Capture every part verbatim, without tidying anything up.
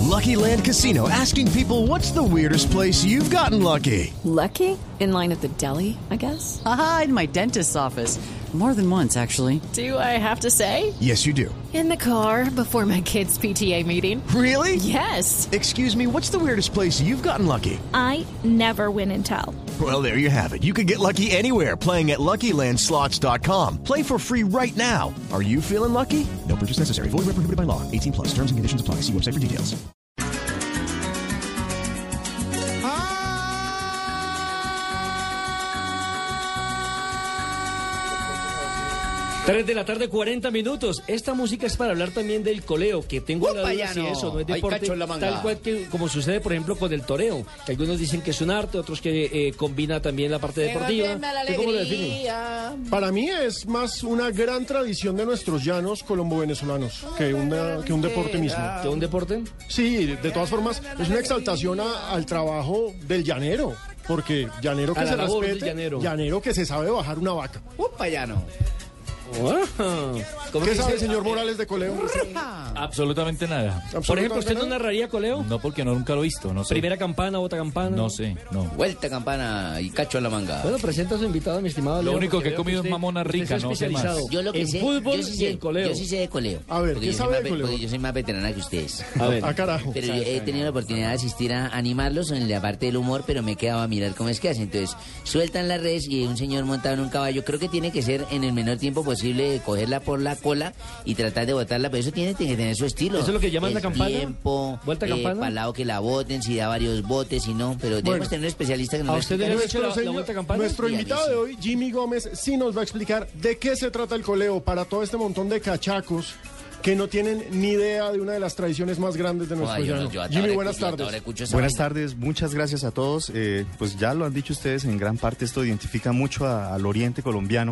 Lucky Land Casino, asking people, what's the weirdest place you've gotten lucky? Lucky? In line at the deli, I guess? Aha, in my dentist's office. More than once, actually. Do I have to say? Yes, you do. In the car before my kids' P T A meeting. Really? Yes. Excuse me, what's the weirdest place you've gotten lucky? I never win and tell. Well, there you have it. You can get lucky anywhere, playing at Lucky Land Slots dot com. Play for free right now. Are you feeling lucky? No purchase necessary. Void where prohibited by law. eighteen plus. Terms and conditions apply. See website for details. tres de la tarde, cuarenta minutos. Esta música es para hablar también del coleo, que tengo la duda si eso no es deporte, tal cual que como sucede, por ejemplo, con el toreo, que algunos dicen que es un arte, otros que eh, combina también la parte deportiva. ¿Tú cómo lo defines? Para mí es más una gran tradición de nuestros llanos colombo-venezolanos que, una, que un deporte mismo. ¿Que un deporte? Sí, de todas formas, es una exaltación a, al trabajo del llanero. Porque llanero que A la se labor del respete, llanero. llanero que se sabe bajar una vaca. ¡Upa, llano! ¿Cómo ¿Qué dice? sabe, señor Morales, de coleo? Absolutamente nada. Por ejemplo, ¿usted no nada? narraría coleo? No, porque no, nunca lo he visto, no sé. Primera campana, otra campana. No sé, no. Vuelta campana y cacho a la manga. Bueno, presenta a su invitado, mi estimado Lo Leo, único porque que he veo comido es usted- mamona usted rica, está no sé más. especializado Yo lo que en sé, fútbol yo sí y sé, en coleo. yo sí sé de coleo. A ver, porque ¿qué yo sabe soy de más, ve- coleo? porque yo soy más veterana que ustedes. A ver. Ah, carajo. Pero yo he tenido la oportunidad de asistir a animarlos en la parte del humor, pero me quedaba a mirar cómo es que hacen. Entonces, sueltan la res y un señor montado en un caballo, creo que tiene que ser en el menor tiempo posible, cogerla por la cola y tratar de botarla, pero eso tiene, tiene que tener su estilo. ¿Eso es lo que llaman el la campana? tiempo, ¿Vuelta eh, campana? para lado que la boten, si da varios botes, si no, pero debemos Bueno. tener un especialista que nos ¿A lo usted explique. le ha hecho la- Nuestro, la vuelta campana? nuestro Sí, a mí invitado sí. de hoy, Jimmy Gómez, sí nos va a explicar de qué se trata el coleo para todo este montón de cachacos que no tienen ni idea de una de las tradiciones más grandes de nuestro Joder, yo no- llano. yo hasta Jimmy, ahora buenas escucho- hasta tardes. ahora escucho esa Buenas vaina. tardes, muchas gracias a todos. Eh, pues ya lo han dicho ustedes, en gran parte esto identifica mucho a- al oriente colombiano,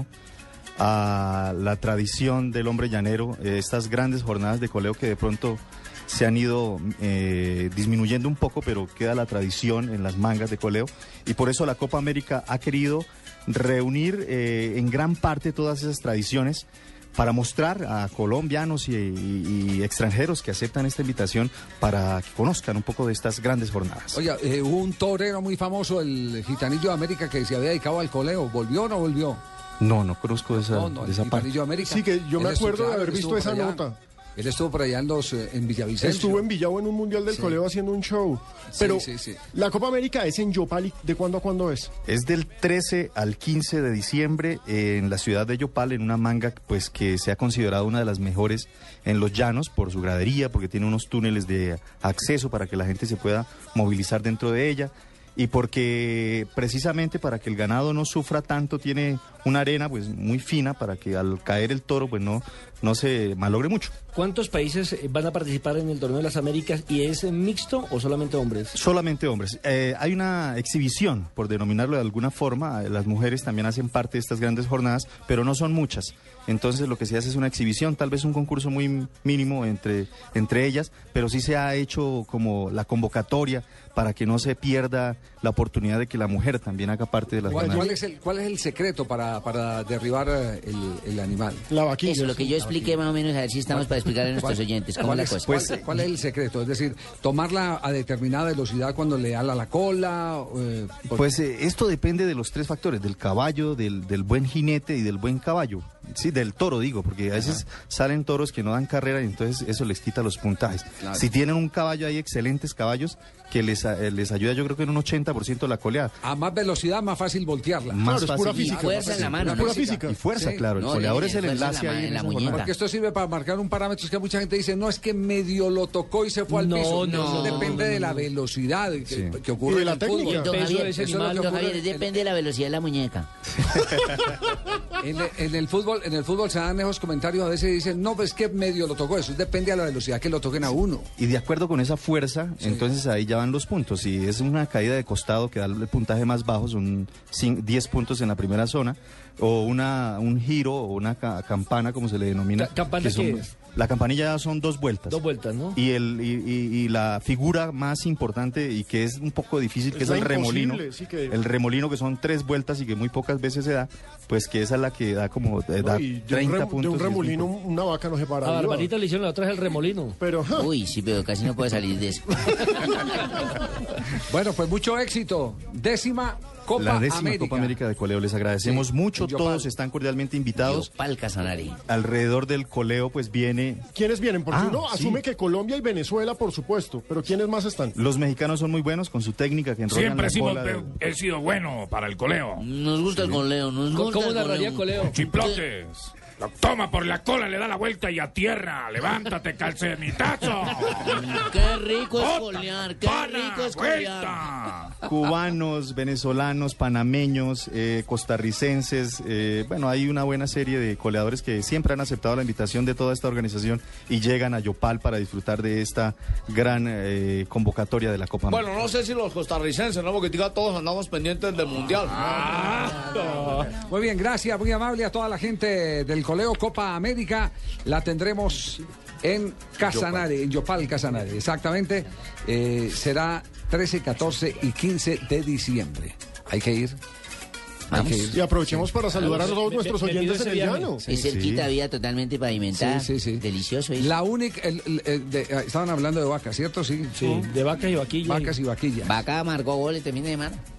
a la tradición del hombre llanero, eh, estas grandes jornadas de coleo que de pronto se han ido eh, disminuyendo un poco, pero queda la tradición en las mangas de coleo, y por eso la Copa América ha querido reunir eh, en gran parte todas esas tradiciones para mostrar a colombianos y, y- y extranjeros que aceptan esta invitación para que conozcan un poco de estas grandes jornadas. Oiga, eh, hubo un torero muy famoso, el Gitanillo de América, que se había dedicado al coleo. ¿Volvió o no volvió? No, no conozco de esa, No, no, de el esa parte. Gitanillo de América. Sí, que yo me Él estuvo- acuerdo de claro, haber él visto estuvo esa por allá. nota. Él estuvo por allá en los, eh, en Villavicencio. Estuvo en Villavo en un mundial del Sí. coleo haciendo un show. Pero sí, sí. la Copa América es en Yopal. ¿De cuándo a cuándo es? Es del trece al quince de diciembre en la ciudad de Yopal, en una manga pues que se ha considerado una de las mejores en los llanos por su gradería, porque tiene unos túneles de acceso para que la gente se pueda movilizar dentro de ella, y porque precisamente para que el ganado no sufra tanto tiene una arena pues muy fina para que al caer el toro pues no, no se malogre mucho. ¿Cuántos países eh, van a participar en el Torneo de las Américas y es mixto o solamente hombres? Solamente hombres. Eh, hay una exhibición, por denominarlo de alguna forma. Las mujeres también hacen parte de estas grandes jornadas, pero no son muchas. Entonces lo que se hace es una exhibición, tal vez un concurso muy mínimo entre, entre ellas, pero sí se ha hecho como la convocatoria para que no se pierda la oportunidad de que la mujer también haga parte de las ¿Cuál, jornadas. cuál es el, ¿Cuál es el secreto para, para derribar eh, el, el animal? La vaquilla. Eso, lo que yo expliqué más o menos, a ver si estamos para explicarle a nuestros oyentes cómo ¿Cuál es la es, cosa. cuál- cuál es el secreto? Es decir, tomarla a determinada velocidad cuando le ala la cola. eh, por- Pues eh, esto depende de los tres factores, del caballo, del, del buen jinete y del buen caballo. Sí, del toro digo, porque a veces salen toros que no dan carrera y entonces eso les quita los puntajes. Claro. Si tienen un caballo, hay excelentes caballos que les, a- eh, les ayuda yo creo que en un ochenta por ciento la coleada. A más velocidad, más fácil voltearla. Más es pura fácil. física. Y fuerza en la mano, Es pura ¿no? física. Y fuerza, Sí. claro. El No, coleador de- es el fuerza en la enlace ma- ahí en en la esa muñeca. jornada. Porque esto sirve para marcar un parámetro, es que mucha gente dice, no, es que medio lo tocó y se fue al No, piso. no, Eso no, depende no, de la no. velocidad que, Sí. que ocurre Y de en la el técnica. fútbol. Don peso Javier, de ese eso es lo animal. que Don ocurre Javier, en- depende de la velocidad de la muñeca. En, el- en el fútbol, en el fútbol se dan esos comentarios, a veces dicen, no, pues que medio lo tocó. Eso depende de la velocidad que lo toquen a uno. Y de acuerdo con esa fuerza, entonces ahí ya van los puntos. Si es una caída de costado que da el puntaje más bajo, son cin- diez puntos en la primera zona, o una un giro o una ca- campana, como se le denomina. Ca- ¿campana que son qué es? La campanilla son dos vueltas. Dos vueltas, ¿no? Y, el, y, y, y la figura más importante y que es un poco difícil, que es, es el remolino. Sí que... El remolino, que son tres vueltas y que muy pocas veces se da, pues que esa es la que da como eh, da no, treinta de un, puntos. De un remolino, una vaca no se para. A Barbarita le hicieron la otra es el remolino. Pero, ja. Uy, sí, pero casi no puede salir de eso. Bueno, pues mucho éxito. Décima Copa La décima América. Copa América de Coleo. Les agradecemos sí, mucho. Todos están cordialmente invitados. Yopal Casanare. Alrededor del Coleo, pues viene... ¿Quiénes vienen? Porque ah, uno sí. asume que Colombia y Venezuela, por supuesto. Pero ¿quiénes más están? Los mexicanos son muy buenos con su técnica que enrollan Siempre la hemos cola de... he sido bueno para el coleo. Nos gusta sí. el coleo. Nos gusta ¿Cómo el narraría coleo? coleo? Chiplotes. Lo toma por la cola, le da la vuelta y a tierra. Levántate, calcenitazo. Qué rico es colear, qué Pana, rico es colear. Cubanos, venezolanos, panameños, eh, costarricenses. Eh, bueno, hay una buena serie de coleadores que siempre han aceptado la invitación de toda esta organización y llegan a Yopal para disfrutar de esta gran eh, convocatoria de la Copa América. Bueno, no sé si los costarricenses, ¿no? Porque diga, todos andamos pendientes del Mundial. Ah, no. Muy bien, gracias, muy amable a toda la gente del Coleo Copa América. La tendremos en Casanare, en Yopal Casanare, exactamente. Eh, será trece, catorce y quince de diciembre. Hay que ir. Hay que ir. Y aprovechemos para saludar a todos nuestros oyentes en el llano. Es cerquita, sí. Vía totalmente pavimentada. Sí, sí, sí. Delicioso. ¿sí? La única, el, el, el, de, estaban hablando de vacas, ¿cierto? Sí, sí. De vacas y vaquillas. Vacas y vaquillas. Vaca marcó goles también de mar.